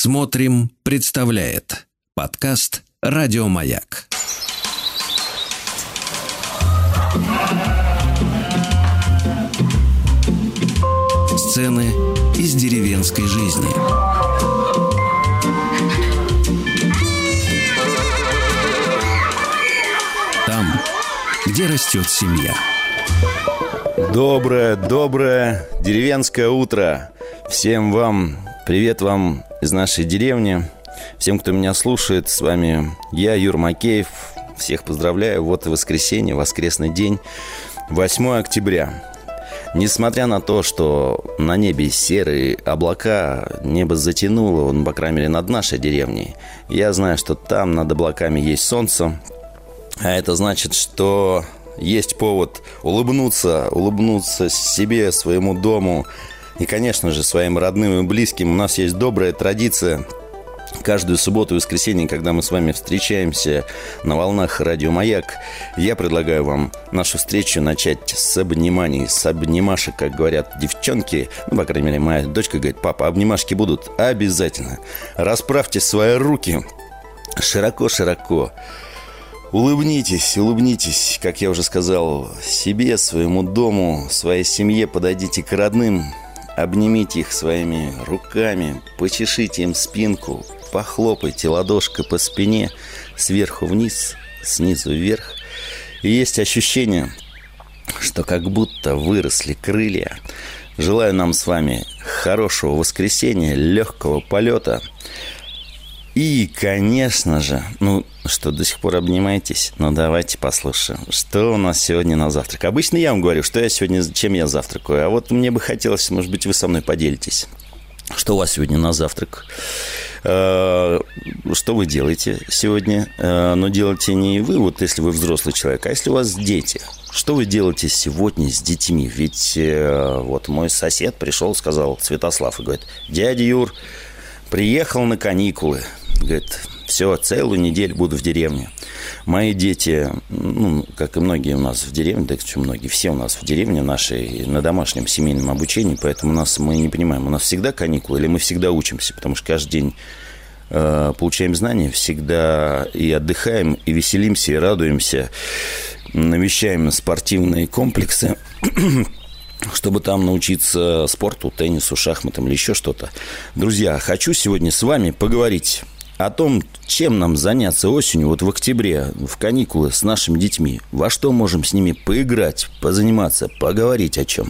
Смотрим, представляет подкаст «Радио Маяк». Сцены из деревенской жизни. Там, где растет семья. Доброе деревенское утро. Всем вам, привет вам из нашей деревни. Всем, кто меня слушает, с вами я, Юр Макеев. Всех поздравляю. Вот и воскресенье, воскресный день, 8 октября. Несмотря на то, что на небе серые облака, небо затянуло, по крайней мере, над нашей деревней, я знаю, что там над облаками есть солнце. А это значит, что есть повод улыбнуться себе, своему дому и, конечно же, своим родным и близким. У нас есть добрая традиция. Каждую субботу и воскресенье, когда мы с вами встречаемся на волнах «Радио Маяк», я предлагаю вам нашу встречу начать с обниманий, с обнимашек, как говорят девчонки. По крайней мере, моя дочка говорит: папа, обнимашки будут обязательно. Расправьте свои руки широко-широко. Улыбнитесь, как я уже сказал, себе, своему дому, своей семье. Подойдите к родным, обнимите их своими руками, почешите им спинку, похлопайте ладошкой по спине сверху вниз, снизу вверх. И есть ощущение, что как будто выросли крылья. Желаю нам с вами хорошего воскресенья, легкого полета. И, конечно же, что, до сих пор обнимаетесь? Давайте послушаем, что у нас сегодня на завтрак. Обычно я вам говорю, чем я завтракаю. А вот мне бы хотелось, может быть, вы со мной поделитесь. Что у вас сегодня на завтрак? Что вы делаете сегодня? Но делаете не вы, если вы взрослый человек, а если у вас дети. Что вы делаете сегодня с детьми? Ведь мой сосед пришел, сказал, Святослав, и говорит: дядя Юр, приехал на каникулы. Говорит: все, целую неделю буду в деревне. Мои дети, как и многие у нас в деревне, все у нас в деревне нашей на домашнем семейном обучении, поэтому мы не понимаем, у нас всегда каникулы или мы всегда учимся, потому что каждый день получаем знания, всегда и отдыхаем, и веселимся, и радуемся, навещаем спортивные комплексы, чтобы там научиться спорту, теннису, шахматам или еще что-то. Друзья, хочу сегодня с вами поговорить о том, чем нам заняться осенью, в октябре, в каникулы с нашими детьми. Во что можем с ними поиграть, позаниматься, поговорить о чем.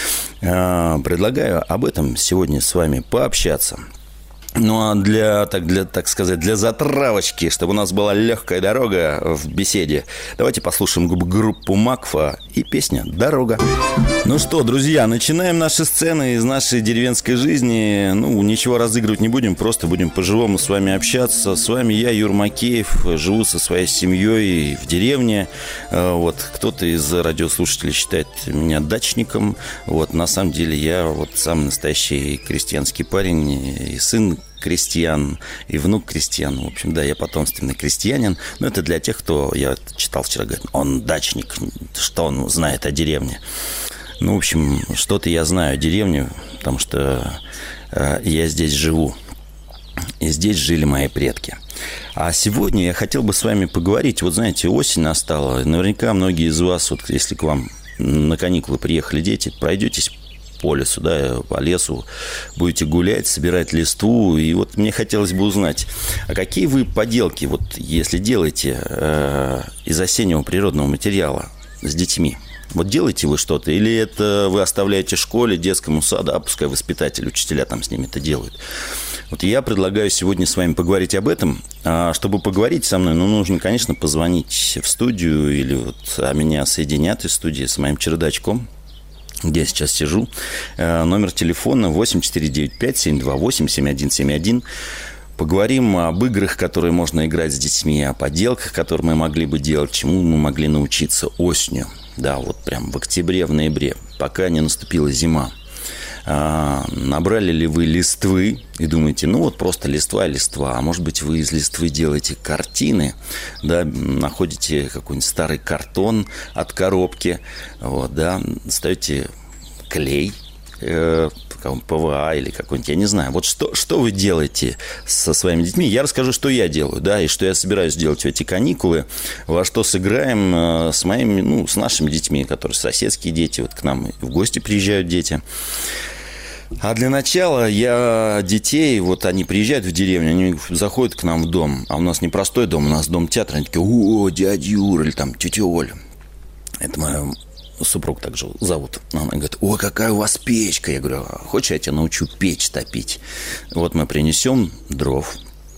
Предлагаю об этом сегодня с вами пообщаться. А для затравочки, чтобы у нас была легкая дорога в беседе, давайте послушаем группу Макфа и песня «Дорога». Ну что, друзья, начинаем наши сцены из нашей деревенской жизни. Ничего разыгрывать не будем, просто будем по-живому с вами общаться. С вами я, Юр Макеев, живу со своей семьей в деревне. Кто-то из радиослушателей считает меня дачником. На самом деле я самый настоящий крестьянский парень и сын крестьян, и внук крестьян. В общем, да, я потомственный крестьянин. Но это для тех, кто, я читал вчера, говорит, он дачник, что он знает о деревне. В общем, что-то я знаю о деревне, потому что я здесь живу. И здесь жили мои предки. А сегодня я хотел бы с вами поговорить. Знаете, осень настала. Наверняка многие из вас, если к вам на каникулы приехали дети, пройдетесь по лесу, по лесу, будете гулять, собирать листву. И мне хотелось бы узнать, а какие вы поделки, если делаете из осеннего природного материала с детьми? Делаете вы что-то? Или это вы оставляете школе, детскому саду, пускай воспитатели, учителя там с ними это делают? Я предлагаю сегодня с вами поговорить об этом. А чтобы поговорить со мной, нужно, конечно, позвонить в студию или меня соединят из студии с моим чердачком, где я сейчас сижу. Номер телефона 8495-728-7171. Поговорим об играх, которые можно играть с детьми, о поделках, которые мы могли бы делать, чему мы могли научиться осенью. Прям в октябре, в ноябре, пока не наступила зима. Набрали ли вы листвы и думаете, просто листва, а может быть вы из листвы делаете картины, находите какой-нибудь старый картон от коробки, ставите клей, какого-нибудь ПВА или какой-нибудь, я не знаю. Вот что вы делаете со своими детьми? Я расскажу, что я делаю, да, и что я собираюсь делать в эти каникулы, во что сыграем с моими, с нашими детьми, которые соседские дети, вот к нам в гости приезжают дети. А для начала я детей, вот они приезжают в деревню, они заходят к нам в дом, а у нас не простой дом, у нас дом-театр, они такие: о, дядя Юра, или там тетя Оля. Это мою супругу также зовут. Она говорит: ой, какая у вас печка. Я говорю: хочешь, я тебя научу печь топить? Вот мы принесем дров.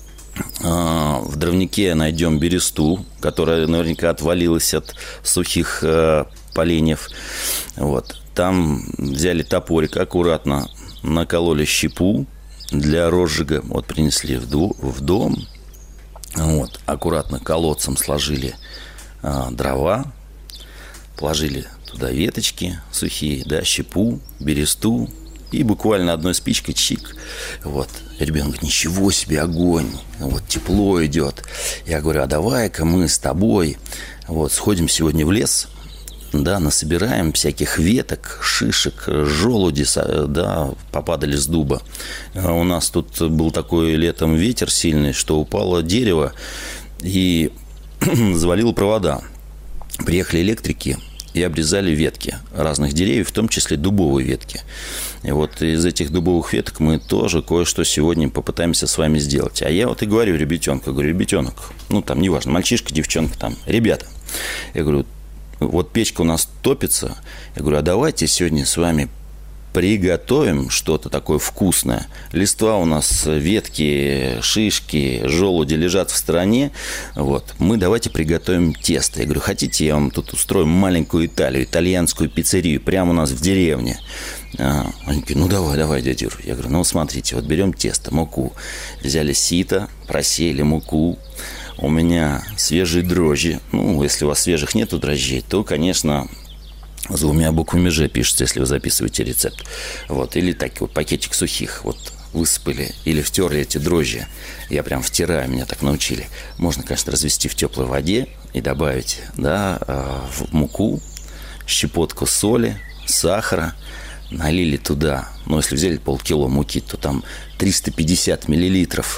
В дровнике найдем бересту, которая наверняка отвалилась от сухих поленьев. Вот. Там взяли топорик, аккуратно накололи щепу для розжига. Вот принесли в дом. Вот. Аккуратно колодцем сложили дрова. Положили туда веточки сухие, да, щепу, бересту. И буквально одной спичкой чик. Вот. Ребенок говорит: ничего себе, огонь. Вот, тепло идет. Я говорю: а давай-ка мы с тобой вот сходим сегодня в лес, да, насобираем всяких веток, шишек, желуди, да, попадали с дуба. У нас тут был такой летом ветер сильный, что упало дерево и завалило провода. Приехали электрики и обрезали ветки разных деревьев, в том числе дубовые ветки. И вот из этих дубовых веток мы тоже кое-что сегодня попытаемся с вами сделать. А я вот и говорю ребятенку, ребятенок, там неважно, мальчишка, девчонка, там, ребята. Я говорю: вот печка у нас топится. Я говорю: а давайте сегодня с вами приготовим что-то такое вкусное. Листва у нас, ветки, шишки, желуди лежат в стороне. Вот. Мы давайте приготовим тесто. Я говорю: хотите, я вам тут устрою маленькую Италию, итальянскую пиццерию прямо у нас в деревне? Они говорят: давай, дядя Юр. Я говорю: смотрите, вот берем тесто, муку. Взяли сито, просеяли муку. У меня свежие дрожжи. Если у вас свежих нету дрожжей, то, конечно, с 2 буквами «Ж» пишется, если вы записываете рецепт. Вот. Или так вот пакетик сухих вот высыпали или втерли эти дрожжи. Я прям втираю, меня так научили. Можно, конечно, развести в теплой воде и добавить, да, в муку щепотку соли, сахара. Налили туда, если взяли полкило муки, то там 350 миллилитров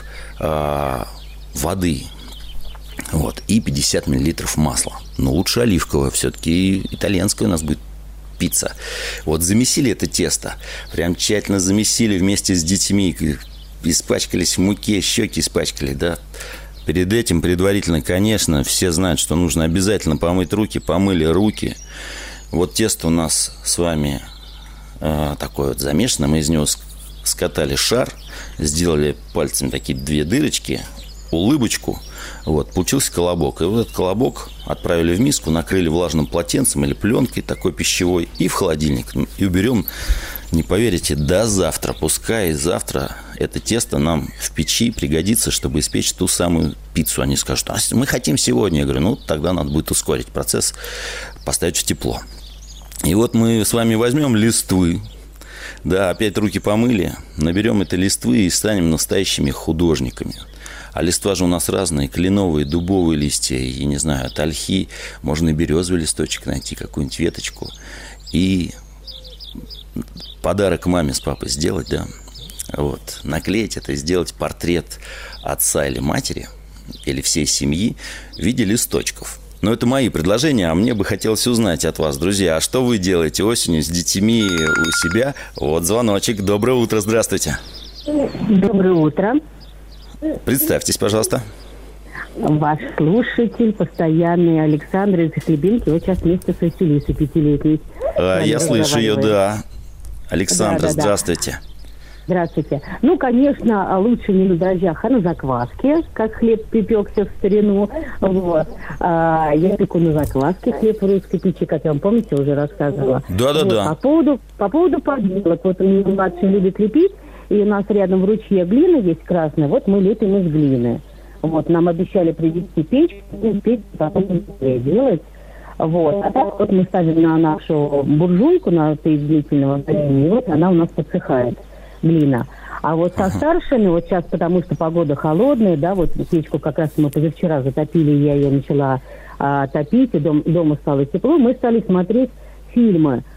воды. Вот, и 50 миллилитров масла. Но лучше оливковое, все-таки итальянская у нас будет пицца. Вот замесили это тесто, прям тщательно замесили вместе с детьми, испачкались в муке, щеки испачкали, да. Перед этим предварительно, конечно, все знают, что нужно обязательно помыть руки, помыли руки. Вот тесто у нас с вами такое вот замешано, мы из него скатали шар, сделали пальцами такие 2 дырочки, улыбочку. Вот, получился колобок. И вот этот колобок отправили в миску, накрыли влажным полотенцем или пленкой такой пищевой и в холодильник. И уберем, не поверите, до завтра. Пускай завтра это тесто нам в печи пригодится, чтобы испечь ту самую пиццу. Они скажут: а мы хотим сегодня. Я говорю: тогда надо будет ускорить процесс, поставить в тепло. И вот мы с вами возьмем листвы. Да, опять руки помыли, наберем этой листвы и станем настоящими художниками. А листва же у нас разные: кленовые, дубовые листья, и, не знаю, от ольхи. Можно и березовый листочек найти, какую-нибудь веточку. И подарок маме с папой сделать, да. Вот. Наклеить это и сделать портрет отца или матери, или всей семьи в виде листочков. Но это мои предложения, а мне бы хотелось узнать от вас, друзья, а что вы делаете осенью с детьми у себя? Вот звоночек. Доброе утро, здравствуйте. Доброе утро. Представьтесь, пожалуйста. Ваш слушатель, постоянный Александр из Хлебинки. Вот сейчас вместе с Василисой 5-летней. Я слышу ее, да. Александра, здравствуйте. Здравствуйте. Конечно, лучше не на дрожжах, а на закваске, как хлеб пекся в старину. Вот. Я пеку на закваске хлеб в русской печи, как я вам, помните, уже рассказывала. Да. По поводу поделок. Вот у меня младший любит лепить, и у нас рядом в ручье глина есть красная. Вот мы лепим из глины. Вот, нам обещали привезти печь, потом делать. Вот. А так вот мы ставим на нашу буржуйку, на печь длительного времени, и вот она у нас подсыхает, глина. А вот со старшими, вот сейчас, потому что погода холодная, да, вот печку как раз мы позавчера затопили, я ее начала топить, и дома стало тепло, мы стали смотреть фильмы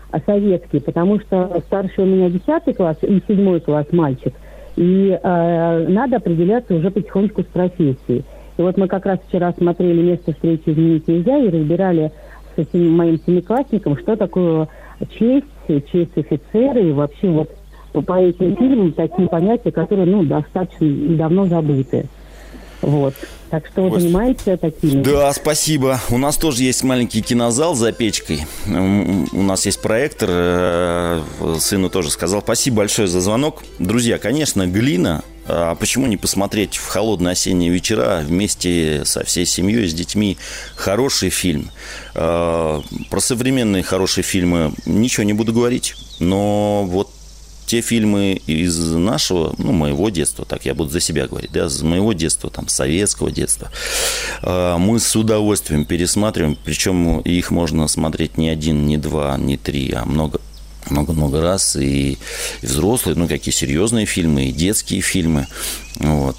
советский, потому что старший у меня 10 класс и 7 класс мальчик. И надо определяться уже потихонечку с профессией. И вот мы как раз вчера смотрели «Место встречи изменить нельзя» и разбирали с моим семиклассником, что такое честь офицера, и вообще вот по этим фильмам такие понятия, которые, достаточно давно забыты. Вот. Так что вы занимаетесь такими? Да, спасибо. У нас тоже есть маленький кинозал за печкой. У нас есть проектор. Сыну тоже сказал. Спасибо большое за звонок. Друзья, конечно, глина. А почему не посмотреть в холодные осенние вечера вместе со всей семьей, с детьми хороший фильм? Про современные хорошие фильмы ничего не буду говорить. Но вот те фильмы из нашего, моего детства, так я буду за себя говорить, да, из моего детства, там, советского детства, мы с удовольствием пересматриваем, причем их можно смотреть не один, не два, не три, а много раз, и взрослые, какие серьезные фильмы, и детские фильмы. Вот.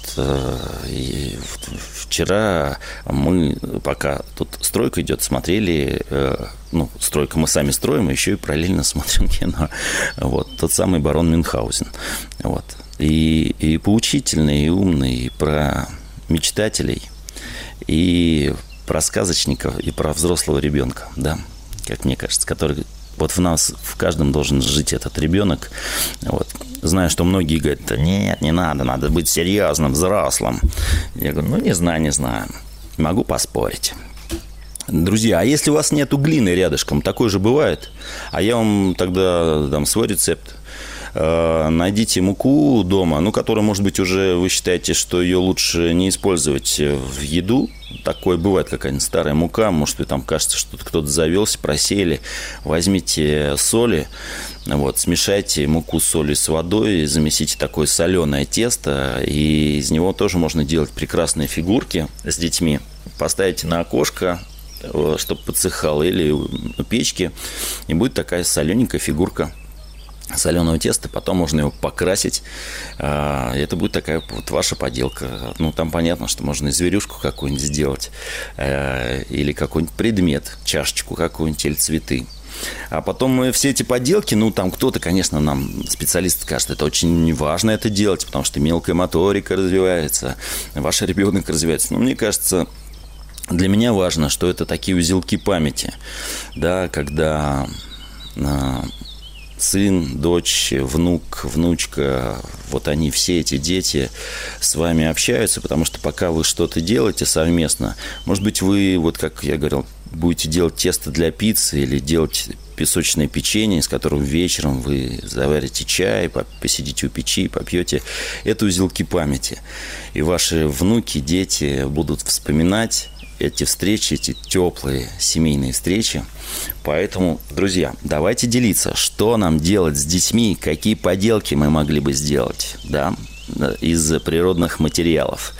И вчера мы, пока тут стройка идет, смотрели, стройка мы сами строим, и еще и параллельно смотрим кино. Вот. Тот самый барон Мюнхгаузен. Вот. И поучительный, и умный, и про мечтателей, и про сказочников, и про взрослого ребенка, да, как мне кажется, который... Вот в нас, в каждом должен жить этот ребенок. Вот. Знаю, что многие говорят, да нет, не надо быть серьезным, взрослым. Я говорю, не знаю. Могу поспорить. Друзья, а если у вас нету глины рядышком, такое же бывает, а я вам тогда дам свой рецепт. Найдите муку дома, которая, может быть, уже вы считаете, что ее лучше не использовать в еду. Такое бывает, какая-нибудь старая мука, может быть, там кажется, что кто-то завелся, просеяли. Возьмите соли, смешайте муку с солью с водой, замесите такое соленое тесто, и из него тоже можно делать прекрасные фигурки с детьми. Поставите на окошко, чтобы подсыхало, или у печки, и будет такая солененькая фигурка соленого теста, потом можно его покрасить. Это будет такая вот ваша поделка. Там понятно, что можно и зверюшку какую-нибудь сделать, или какой-нибудь предмет, чашечку какую-нибудь, или цветы. А потом все эти поделки, там кто-то, конечно, нам, специалисты, скажет, это очень важно это делать, потому что мелкая моторика развивается, ваш ребенок развивается. Но мне кажется, для меня важно, что это такие узелки памяти, да, когда... сын, дочь, внук, внучка, вот они, все эти дети с вами общаются, потому что пока вы что-то делаете совместно, может быть, вы, вот как я говорил, будете делать тесто для пиццы или делать песочное печенье, с которым вечером вы заварите чай, посидите у печи, попьете. Это узелки памяти. И ваши внуки, дети будут вспоминать эти встречи, эти теплые семейные встречи. Поэтому, друзья, давайте делиться, что нам делать с детьми, какие поделки мы могли бы сделать, да, из природных материалов.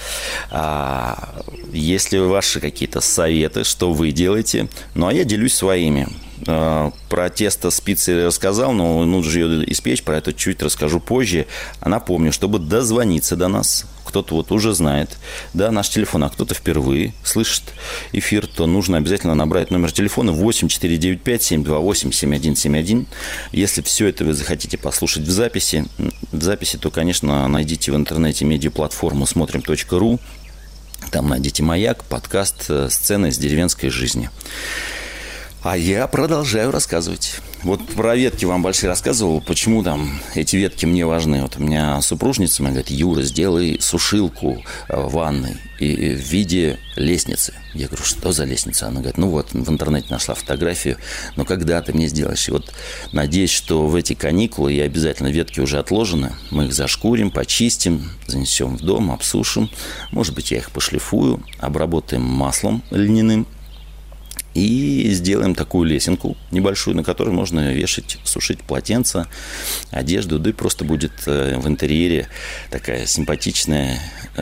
Если ваши какие-то советы, что вы делаете, а я делюсь своими. Про тесто с пиццей рассказал, но нужно же ее испечь, про это чуть расскажу позже. Напомню, чтобы дозвониться до нас, кто-то вот уже знает, да, наш телефон, а кто-то впервые слышит эфир, то нужно обязательно набрать номер телефона 8495-728-7171. Если все это вы захотите послушать в записи, то, конечно, найдите в интернете медиаплатформу смотрим.ру, там найдите «Маяк», подкаст «Сцены из деревенской жизни». А я продолжаю рассказывать. Вот про ветки вам большие рассказывал, почему там эти ветки мне важны. Вот у меня супружница моя говорит: Юра, сделай сушилку в ванной и в виде лестницы. Я говорю, что за лестница? Она говорит, в интернете нашла фотографию, но когда ты мне сделаешь? И вот надеюсь, что в эти каникулы я обязательно, ветки уже отложены, мы их зашкурим, почистим, занесем в дом, обсушим. Может быть, я их пошлифую, обработаем маслом льняным. И сделаем такую лесенку небольшую, на которой можно вешать, сушить полотенца, одежду. Да и просто будет в интерьере такая симпатичная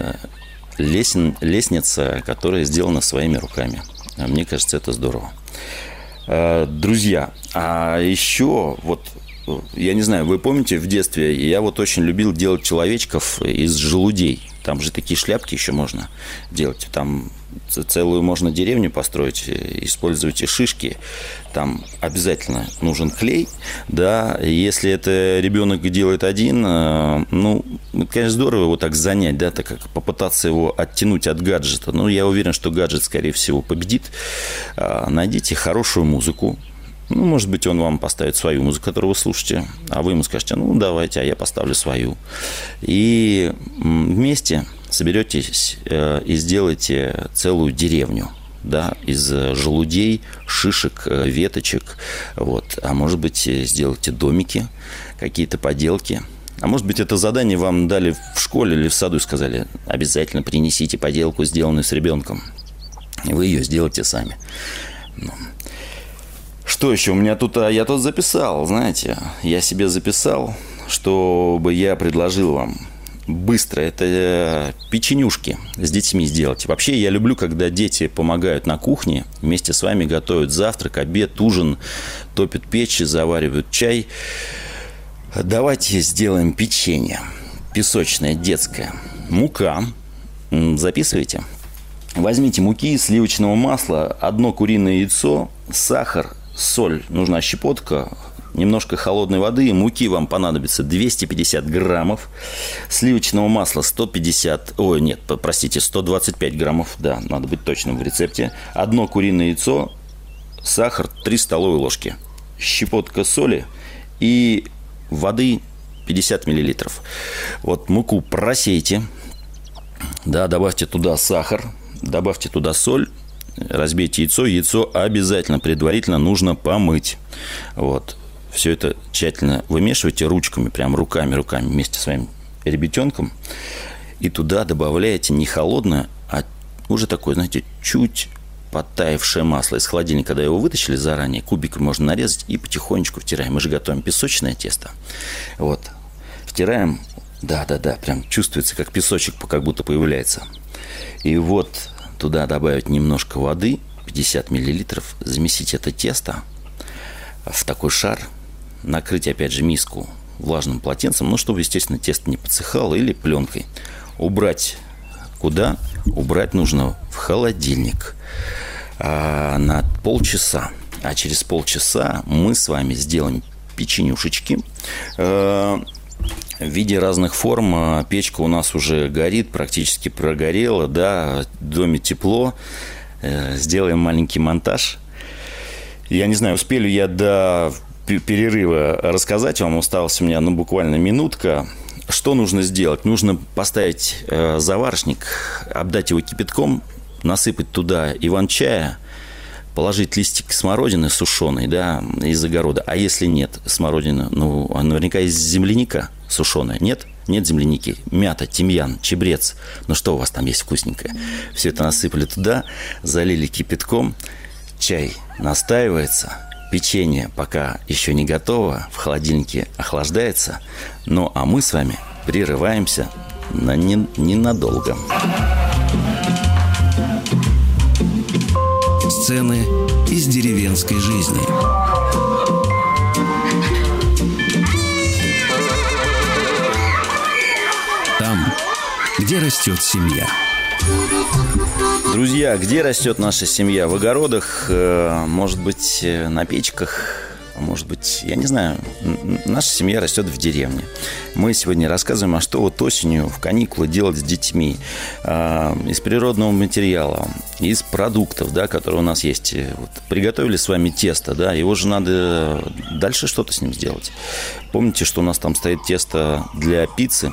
лестница, которая сделана своими руками. Мне кажется, это здорово. Друзья, а еще вот... Я не знаю, вы помните, в детстве я вот очень любил делать человечков из желудей. Там же такие шляпки еще можно делать. Там целую можно деревню построить, используйте шишки. Там обязательно нужен клей, да. Если это ребенок делает один, ну, конечно, здорово его так занять, да, так как попытаться его оттянуть от гаджета. Но я уверен, что гаджет, скорее всего, победит. Найдите хорошую музыку. Ну, может быть, он вам поставит свою музыку, которую вы слушаете, а вы ему скажете, ну, давайте, а я поставлю свою. И вместе соберетесь и сделаете целую деревню, да, из желудей, шишек, веточек. Вот. А может быть, сделайте домики, какие-то поделки. А может быть, это задание вам дали в школе или в саду и сказали, обязательно принесите поделку, сделанную с ребенком. И вы ее сделаете сами. Что еще? У меня тут, я тут записал, знаете, я себе записал, чтобы я предложил вам быстро. Это печенюшки с детьми сделать. Вообще, я люблю, когда дети помогают на кухне, вместе с вами готовят завтрак, обед, ужин, топят печи, заваривают чай. Давайте сделаем печенье. Песочное, детское. Мука. Записывайте. Возьмите муки, сливочного масла, 1 куриное яйцо, сахар, соль, нужна щепотка, немножко холодной воды, муки вам понадобится 250 граммов, сливочного масла 125 граммов, да, надо быть точным в рецепте, 1 куриное яйцо, сахар 3 столовые ложки, щепотка соли и воды 50 миллилитров. Вот муку просейте, да, добавьте туда сахар, добавьте туда соль, разбейте яйцо. Яйцо обязательно предварительно нужно помыть. Вот. Все это тщательно вымешивайте ручками, прям руками вместе с своим ребятенком. И туда добавляете не холодное, а уже такое, знаете, чуть подтаявшее масло из холодильника. Когда его вытащили заранее, кубиками можно нарезать и потихонечку втираем. Мы же готовим песочное тесто. Вот. Втираем. Да, прям чувствуется, как песочек как будто появляется. И вот туда добавить немножко воды, 50 миллилитров, замесить это тесто в такой шар, накрыть, опять же, миску влажным полотенцем, ну, чтобы, естественно, тесто не подсыхало, или пленкой. Убрать куда? Убрать нужно в холодильник на полчаса. А через полчаса мы с вами сделаем печенюшечки в виде разных форм. Печка у нас уже горит, практически прогорела, да, в доме тепло. Сделаем маленький монтаж. Я не знаю, успею ли я до перерыва рассказать вам. Осталась у меня, буквально минутка. Что нужно сделать? Нужно поставить заварочник, обдать его кипятком, насыпать туда иван-чая, положить листик смородины сушеной, да, из огорода. А если нет смородины, наверняка есть земляника сушеная. Нет? Нет земляники. Мята, тимьян, чабрец. Что у вас там есть вкусненькое? Все это насыпали туда, залили кипятком. Чай настаивается. Печенье пока еще не готово. В холодильнике охлаждается. А мы с вами прерываемся ненадолго. Сцены из деревенской жизни. Там, где растет семья. Друзья, где растет наша семья? В огородах, может быть, на печках, может быть, я не знаю. Наша семья растет в деревне. Мы сегодня рассказываем, а что вот осенью в каникулы делать с детьми. Из природного материала, из продуктов, да, которые у нас есть. Вот, приготовили с вами тесто, да, его же надо дальше что-то с ним сделать. Помните, что у нас там стоит тесто для пиццы?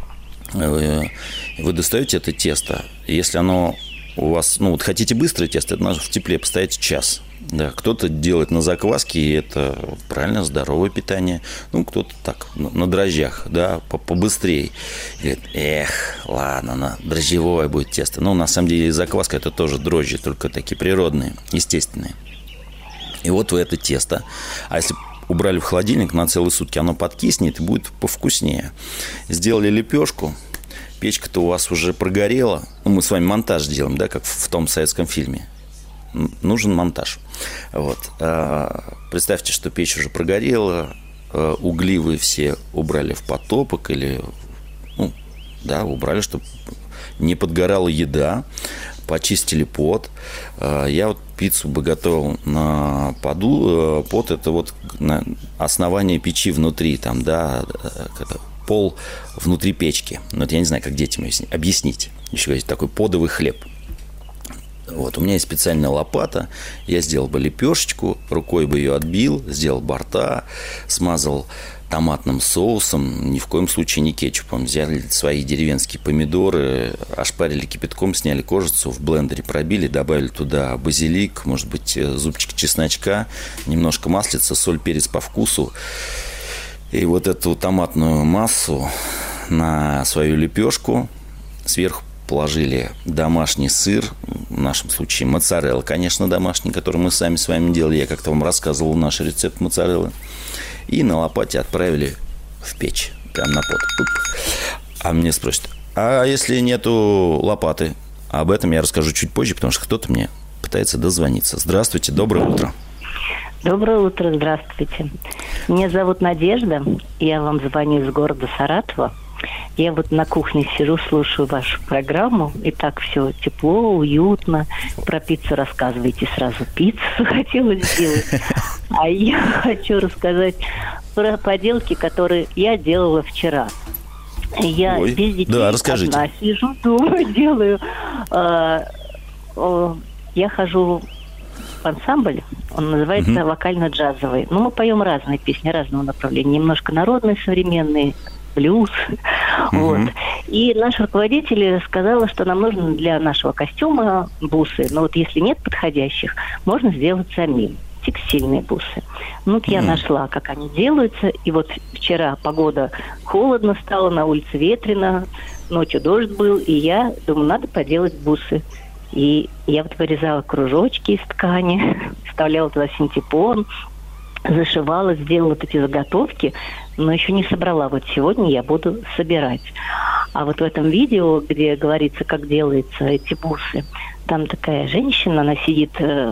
Вы достаете это тесто, если оно у вас, хотите быстрое тесто, это надо в тепле поставить час. Да, кто-то делает на закваске, и это правильно здоровое питание. Кто-то так, на дрожжах, да, побыстрее. И говорит, ладно, дрожжевое будет тесто. На самом деле закваска это тоже дрожжи, только такие природные, естественные. И вот вы это тесто. А если убрали в холодильник на целые сутки, оно подкиснет и будет повкуснее. Сделали лепешку. Печка-то у вас уже прогорела. Мы с вами монтаж делаем, да, как в том советском фильме. Нужен монтаж. Вот. Представьте, что печь уже прогорела, угли вы все убрали в потопок или, убрали, чтобы не подгорала еда, почистили пот. Я вот пиццу бы готовил на поду. Пот – это вот основание печи внутри, там, да, пол внутри печки. Вот я не знаю, как детям объяснить. Еще есть такой подовый хлеб. Вот, у меня есть специальная лопата. Я сделал бы лепешечку, рукой бы ее отбил, сделал борта, смазал томатным соусом, ни в коем случае не кетчупом. Взяли свои деревенские помидоры, ошпарили кипятком, сняли кожицу, в блендере пробили, добавили туда базилик, может быть, зубчик чесночка, немножко маслица, соль, перец по вкусу. И вот эту томатную массу на свою лепешку сверху положили домашний сыр, в нашем случае моцарелла, конечно, домашний, который мы сами с вами делали. Я как-то вам рассказывал наш рецепт моцареллы. И на лопате отправили в печь, прям на пот. А мне спросят, а если нету лопаты? Об этом я расскажу чуть позже, потому что кто-то мне пытается дозвониться. Здравствуйте, доброе утро. Доброе утро, здравствуйте. Меня зовут Надежда, я вам звоню из города Саратова. Я вот на кухне сижу, слушаю вашу программу, и так все тепло, уютно. Про пиццу рассказываете, сразу пиццу хотела сделать. А я хочу рассказать про поделки, которые я делала вчера. Я без детей одна сижу дома, делаю. Я хожу в ансамбль, он называется вокально-джазовый. Ну, мы поем разные песни, разного направления. Немножко народные, современные, блюз. Вот. И наш руководитель сказала, что нам нужно для нашего костюма бусы. Но вот если нет подходящих, можно сделать самим. Текстильные бусы. Ну, вот я нашла, как они делаются. И вот вчера погода холодно стала, на улице ветрено, ночью дождь был. И я думаю, надо поделать бусы. И я вот вырезала кружочки из ткани, вставляла туда синтепон, зашивала, сделала вот эти заготовки, но еще не собрала. Вот сегодня я буду собирать. А вот в этом видео, где говорится, как делаются эти бусы, там такая женщина, она сидит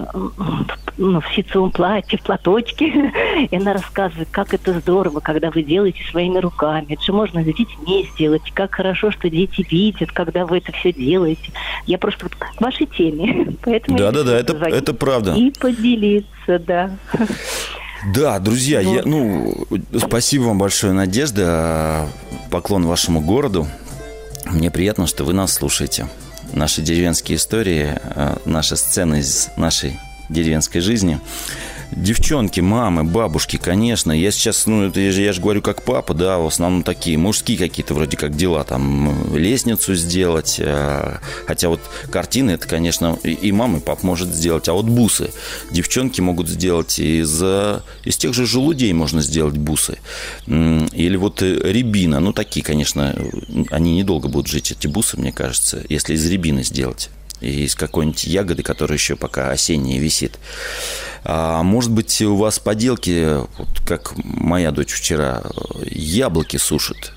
в ситцевом платье, в платочке, и она рассказывает, как это здорово, когда вы делаете своими руками. Это же можно с детьми сделать. Как хорошо, что дети видят, когда вы это все делаете. Я просто вот к вашей теме. Поэтому да, это правда. И поделиться, да. Да, друзья, спасибо вам большое, Надежда. Поклон вашему городу. Мне приятно, что вы нас слушаете. Наши деревенские истории, наши сцены из нашей деревенской жизни. Девчонки, мамы, бабушки, конечно. Я сейчас, я же говорю как папа, да, в основном такие мужские какие-то вроде как дела. Там лестницу сделать. Хотя вот картины, это, конечно, и мама, и папа может сделать. А вот бусы девчонки могут сделать из тех же желудей можно сделать бусы. Или вот рябина. Такие, конечно, они недолго будут жить, эти бусы, мне кажется, если из рябины сделать. И из какой-нибудь ягоды, которая еще пока осенняя висит. А может быть, у вас поделки, вот как моя дочь вчера, яблоки сушит.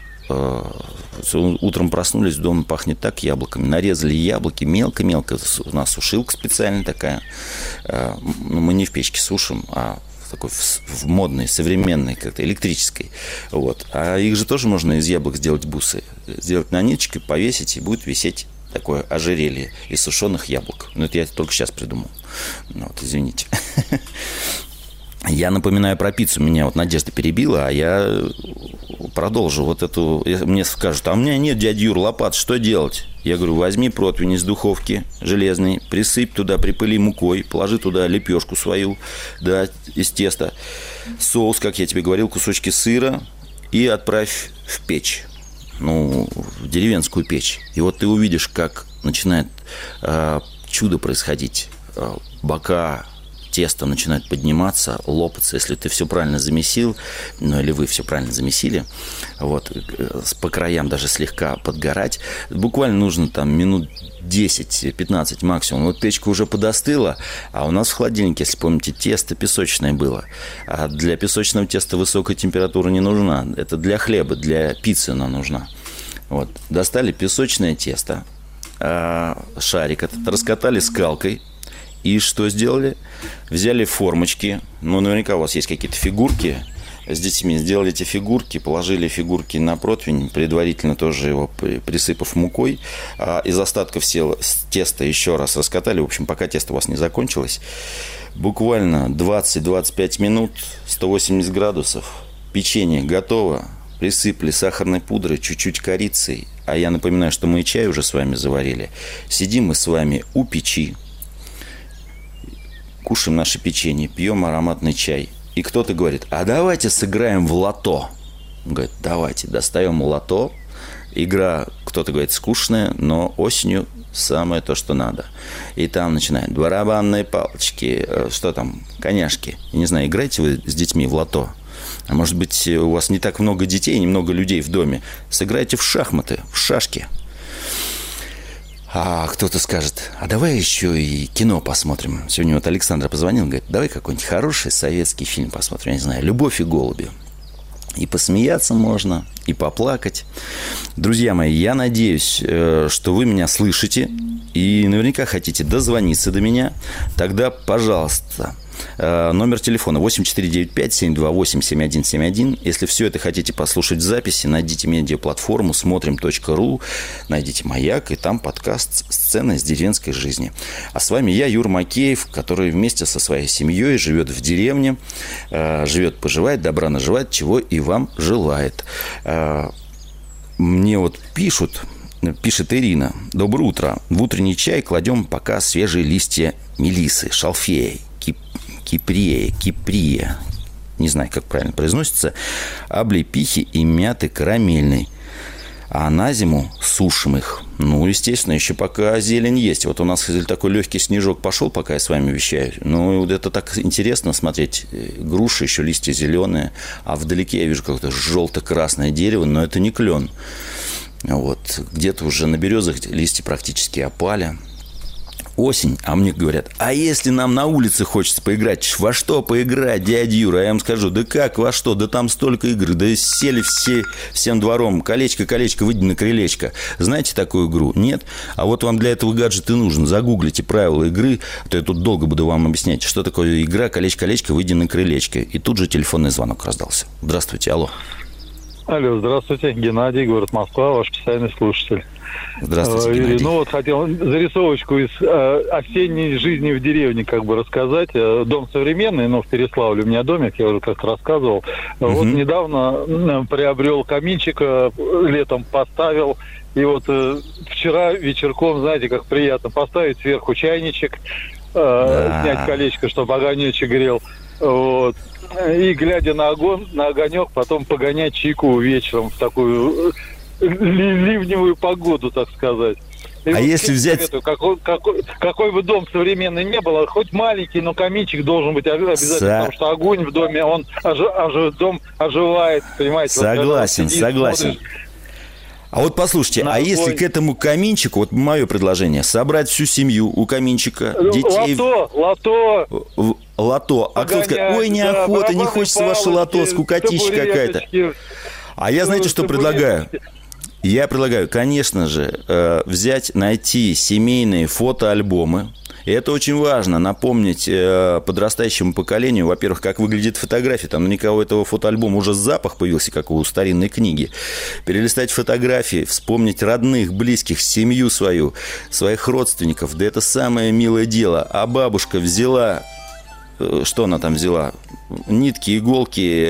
Утром проснулись, дома пахнет так яблоками. Нарезали яблоки мелко-мелко. У нас сушилка специальная такая. Мы не в печке сушим, а такой в модной, современной, как-то электрической. Вот. А их же тоже можно из яблок сделать бусы. Сделать на ниточке, повесить, и будет висеть такое ожерелье из сушеных яблок. Это я только сейчас придумал. Извините. Я напоминаю про пиццу. Меня вот Надежда перебила, а я продолжу вот эту... Мне скажут, а у меня нет, дядя Юр, лопат, что делать? Я говорю, возьми противень из духовки железной, присыпь туда, припыли мукой, положи туда лепешку свою, да, из теста, соус, как я тебе говорил, кусочки сыра, и отправь в печь. В деревенскую печь. И вот ты увидишь, как начинает чудо происходить. Бока теста начинают подниматься, лопаться, если ты все правильно замесил, или вы все правильно замесили, вот, по краям даже слегка подгорать. Буквально нужно там минут 10-15 максимум. Вот печка уже подостыла, а у нас в холодильнике, если помните, тесто песочное было. А для песочного теста высокая температура не нужна. Это для хлеба, для пиццы она нужна. Вот. Достали песочное тесто, шарик этот раскатали скалкой. И что сделали? Взяли формочки. Наверняка у вас есть какие-то фигурки. с детьми. Сделали эти фигурки, положили фигурки на противень, предварительно тоже его присыпав мукой. Из остатков теста еще раз раскатали. В общем, пока тесто у вас не закончилось. Буквально 20-25 минут, 180 градусов. Печенье готово. Присыпали сахарной пудрой, чуть-чуть корицей. А я напоминаю, что мы и чай уже с вами заварили. Сидим мы с вами у печи. Кушаем наше печенье, пьем ароматный чай. И кто-то говорит: а давайте сыграем в лото. Он говорит: давайте, достаем лото. Игра, кто-то говорит, скучная, но осенью самое то, что надо. И там начинают барабанные палочки, что там, коняшки. Я не знаю, играете вы с детьми в лото? А может быть, у вас не так много детей, немного людей в доме. Сыграйте в шахматы, в шашки. А кто-то скажет: а давай еще и кино посмотрим. Сегодня вот Александр позвонил, говорит: давай какой-нибудь хороший советский фильм посмотрим. Я не знаю, «Любовь и голуби». И посмеяться можно, и поплакать. Друзья мои, я надеюсь, что вы меня слышите и наверняка хотите дозвониться до меня. Тогда, пожалуйста, номер телефона 8495-728-7171. Если все это хотите послушать в записи, найдите медиаплатформу смотрим.ру, найдите «Маяк», и там подкаст «Сцена из деревенской жизни». А с вами я, Юр Макеев, который вместе со своей семьей живет в деревне, живет, поживает, добра наживает, чего и вам желает. Мне вот пишет Ирина: доброе утро. В утренний чай кладем пока свежие листья мелисы, шалфея, киприя, не знаю, как правильно произносится, облепихи и мяты карамельной. А на зиму сушим их. Ну, естественно, еще пока зелень есть. Вот у нас такой легкий снежок пошел, пока я с вами вещаю. Ну, вот это так интересно смотреть. Груши, еще листья зеленые. А вдалеке я вижу какое-то желто-красное дерево, но это не клен. Вот. Где-то уже на березах листья практически опали. Осень, а мне говорят: а если нам на улице хочется поиграть? Во что поиграть, дядя Юра? А я им скажу: да как, во что? Да там столько игр. Да сели всем двором. Колечко, выйди на крылечко. Знаете такую игру? Нет? А вот вам для этого гаджет и нужен. Загуглите правила игры, а то я тут долго буду вам объяснять, что такое игра колечко, выйди на крылечко. И тут же телефонный звонок раздался. Здравствуйте, алло. Алло, здравствуйте. Геннадий, город Москва, ваш постоянный слушатель. Здравствуйте, Геннадий. Ну вот хотел зарисовочку из осенней жизни в деревне как бы рассказать. Дом современный, но в Переславле у меня домик, я уже как-то рассказывал. Вот недавно приобрел каминчик, летом поставил. И вот вчера вечерком, знаете, как приятно поставить сверху чайничек, снять колечко, чтобы огонечек грел. Вот. И глядя на огонек, потом погонять чайку вечером в такую ливневую погоду, так сказать. И а вот если взять... Какой бы дом современный не был, хоть маленький, но каминчик должен быть обязательно, потому что огонь в доме, он дом оживает, понимаете? Согласен. Смотришь. А вот послушайте, а если к этому каминчику, вот мое предложение, собрать всю семью у каминчика, детей... Лото. А кто скажет: ой, неохота, не хочется ваше лото, скукотища какая-то. А я, знаете, что предлагаю? Я предлагаю, конечно же, найти семейные фотоальбомы. И это очень важно, напомнить подрастающему поколению, во-первых, как выглядит фотография. Там наверняка у этого фотоальбома уже запах появился, как у старинной книги. Перелистать фотографии, вспомнить родных, близких, семью свою, своих родственников. Да это самое милое дело. А бабушка взяла... Что она там взяла? Нитки, иголки,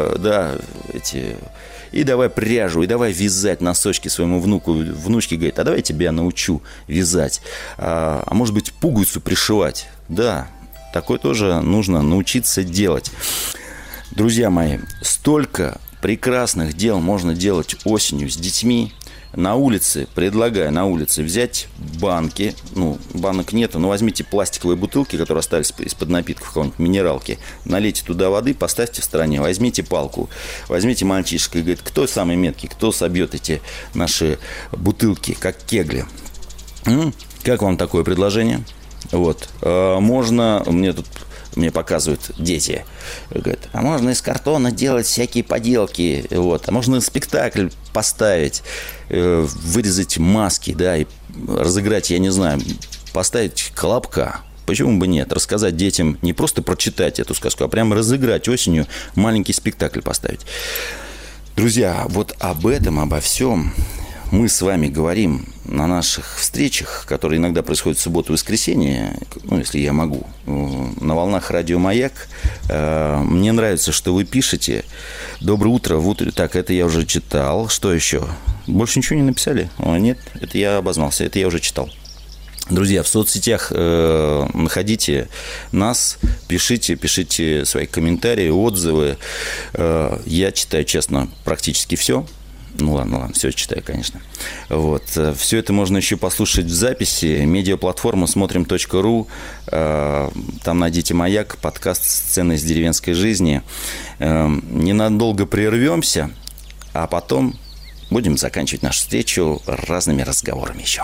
и давай пряжу, и давай вязать носочки своему внуку. Внучке говорит: а давай я тебя научу вязать. А может быть, пуговицу пришивать. Да, такое тоже нужно научиться делать. Друзья мои, столько прекрасных дел можно делать осенью с детьми. На улице, предлагаю на улице взять банки. Ну, банок нету, но возьмите пластиковые бутылки, которые остались из-под напитков, какой-нибудь минералки. Налейте туда воды, поставьте в стороне. Возьмите палку, возьмите мальчишка и говорит: кто самый меткий, кто собьет эти наши бутылки, как кегли. Как вам такое предложение? Вот. Можно, мне показывают дети, говорят: а можно из картона делать всякие поделки, вот. А можно спектакль поставить, вырезать маски, да, и разыграть, я не знаю, поставить Колобка. Почему бы нет? Рассказать детям, не просто прочитать эту сказку, а прямо разыграть осенью, маленький спектакль поставить. Друзья, вот об этом, обо всем мы с вами говорим на наших встречах, которые иногда происходят в субботу и воскресенье, ну, если я могу, на волнах радио «Маяк». Мне нравится, что вы пишете. Доброе утро. В утро. Так, это я уже читал. Что еще? Больше ничего не написали? О, нет, это я обознался. Это я уже читал. Друзья, в соцсетях находите нас, пишите свои комментарии, отзывы. Я читаю, честно, практически все. Ну ладно, все читаю, конечно. Вот. Все это можно еще послушать в записи. Медиаплатформа смотрим.ру. Там найдите «Маяк», подкаст «Сцены из деревенской жизни». Ненадолго прервемся, а потом будем заканчивать нашу встречу разными разговорами еще.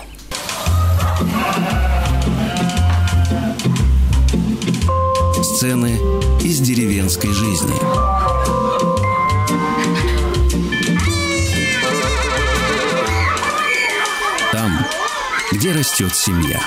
Сцены из деревенской жизни. Там, где растет семья.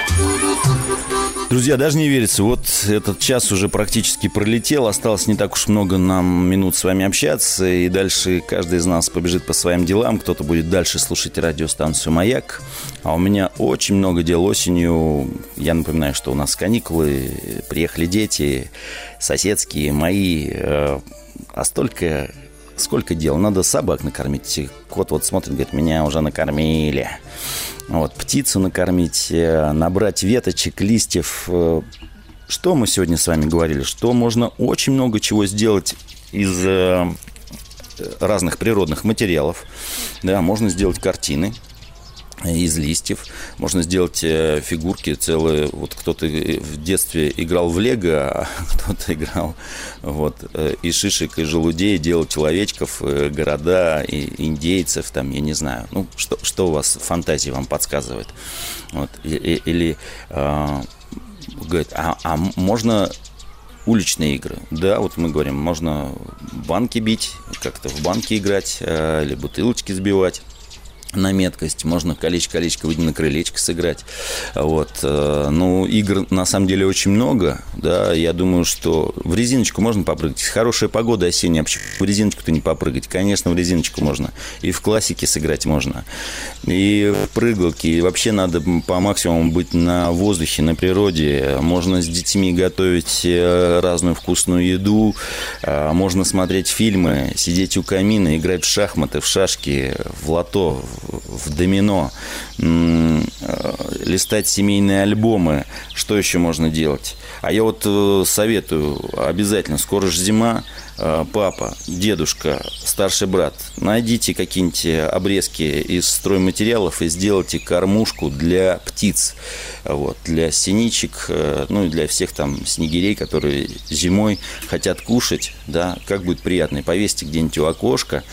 Друзья, даже не верится, вот этот час уже практически пролетел, осталось не так уж много нам минут с вами общаться, и дальше каждый из нас побежит по своим делам, кто-то будет дальше слушать радиостанцию «Маяк», а у меня очень много дел осенью. Я напоминаю, что у нас каникулы, приехали дети, соседские, мои, а сколько дел, надо собак накормить, кот вот смотрит, говорит, меня уже накормили. Вот, птицу накормить, набрать веточек, листьев. Что мы сегодня с вами говорили? Что можно очень много чего сделать из разных природных материалов. Да, можно сделать картины из листьев, можно сделать фигурки целые. Вот кто-то в детстве играл в лего, а кто-то играл вот, из шишек и желудей, делал человечков, города, и индейцев, там, я не знаю. Ну, что у вас фантазия вам подсказывает? Вот. Или говорит, а можно уличные игры? Да, вот мы говорим, можно банки бить, как-то в банки играть, или бутылочки сбивать на меткость, можно колечко-колечко выйти на крылечко сыграть. Вот. Ну, игр на самом деле очень много, да, я думаю, что в резиночку можно попрыгать. Хорошая погода осенняя, почему в резиночку-то не попрыгать? Конечно, в резиночку можно. И в классике сыграть можно. И в прыгалке. И вообще надо по максимуму быть на воздухе, на природе. Можно с детьми готовить разную вкусную еду. Можно смотреть фильмы, сидеть у камина, играть в шахматы, в шашки, в лото, в домино, листать семейные альбомы. Что еще можно делать? А я вот советую обязательно, скоро же зима, папа, дедушка, старший брат, найдите какие-нибудь обрезки из стройматериалов и сделайте кормушку для птиц, вот, для синичек, ну и для всех там снегирей, которые зимой хотят кушать, да, как будет приятно. И повесьте где-нибудь у окошка,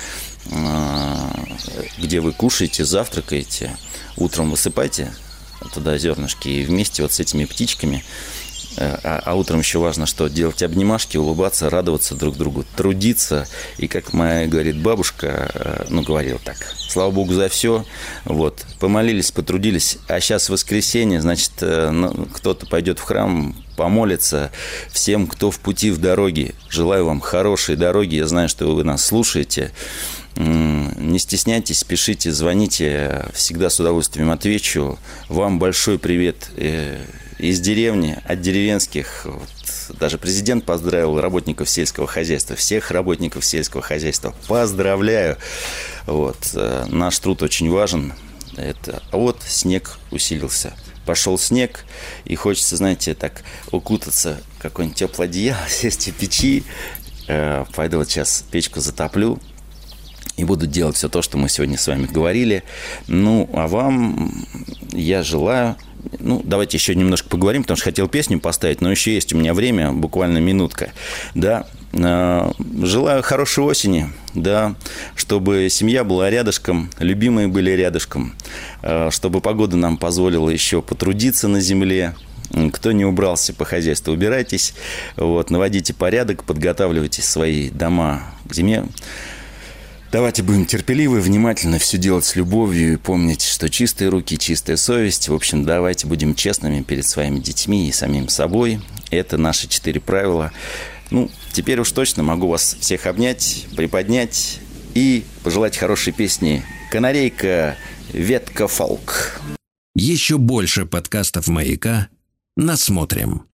где вы кушаете, завтракаете, утром высыпайте туда зернышки и вместе вот с этими птичками, а утром еще важно что? Делать обнимашки, улыбаться, радоваться друг другу, трудиться. И как моя, говорит, бабушка, ну, говорила так, слава Богу за все, вот, помолились, потрудились, а сейчас воскресенье, значит, ну, кто-то пойдет в храм, помолиться. Всем, кто в пути, в дороге, желаю вам хорошей дороги, я знаю, что вы нас слушаете. Не стесняйтесь, пишите, звоните, всегда с удовольствием отвечу. Вам большой привет из деревни, от деревенских. Вот, даже президент поздравил работников сельского хозяйства, всех работников сельского хозяйства. Поздравляю. Вот, наш труд очень важен. Это, а вот снег усилился. Пошел снег, и хочется, знаете, так укутаться в какое-нибудь теплое одеяло, сесть в печи. Пойду вот сейчас печку затоплю и буду делать все то, что мы сегодня с вами говорили. Ну, а вам я желаю... Ну, давайте еще немножко поговорим, потому что хотел песню поставить, но еще есть у меня время, буквально минутка. Да, желаю хорошей осени, да, чтобы семья была рядышком, любимые были рядышком, чтобы погода нам позволила еще потрудиться на земле. Кто не убрался по хозяйству, убирайтесь, вот, наводите порядок, подготавливайте свои дома к зиме. Давайте будем терпеливы, внимательно все делать с любовью и помнить, что чистые руки, чистая совесть. В общем, давайте будем честными перед своими детьми и самим собой. Это наши 4 правила. Теперь уж точно могу вас всех обнять, приподнять и пожелать хорошей песни «Канарейка, ветка, фолк». Еще больше подкастов «Маяка» насмотрим.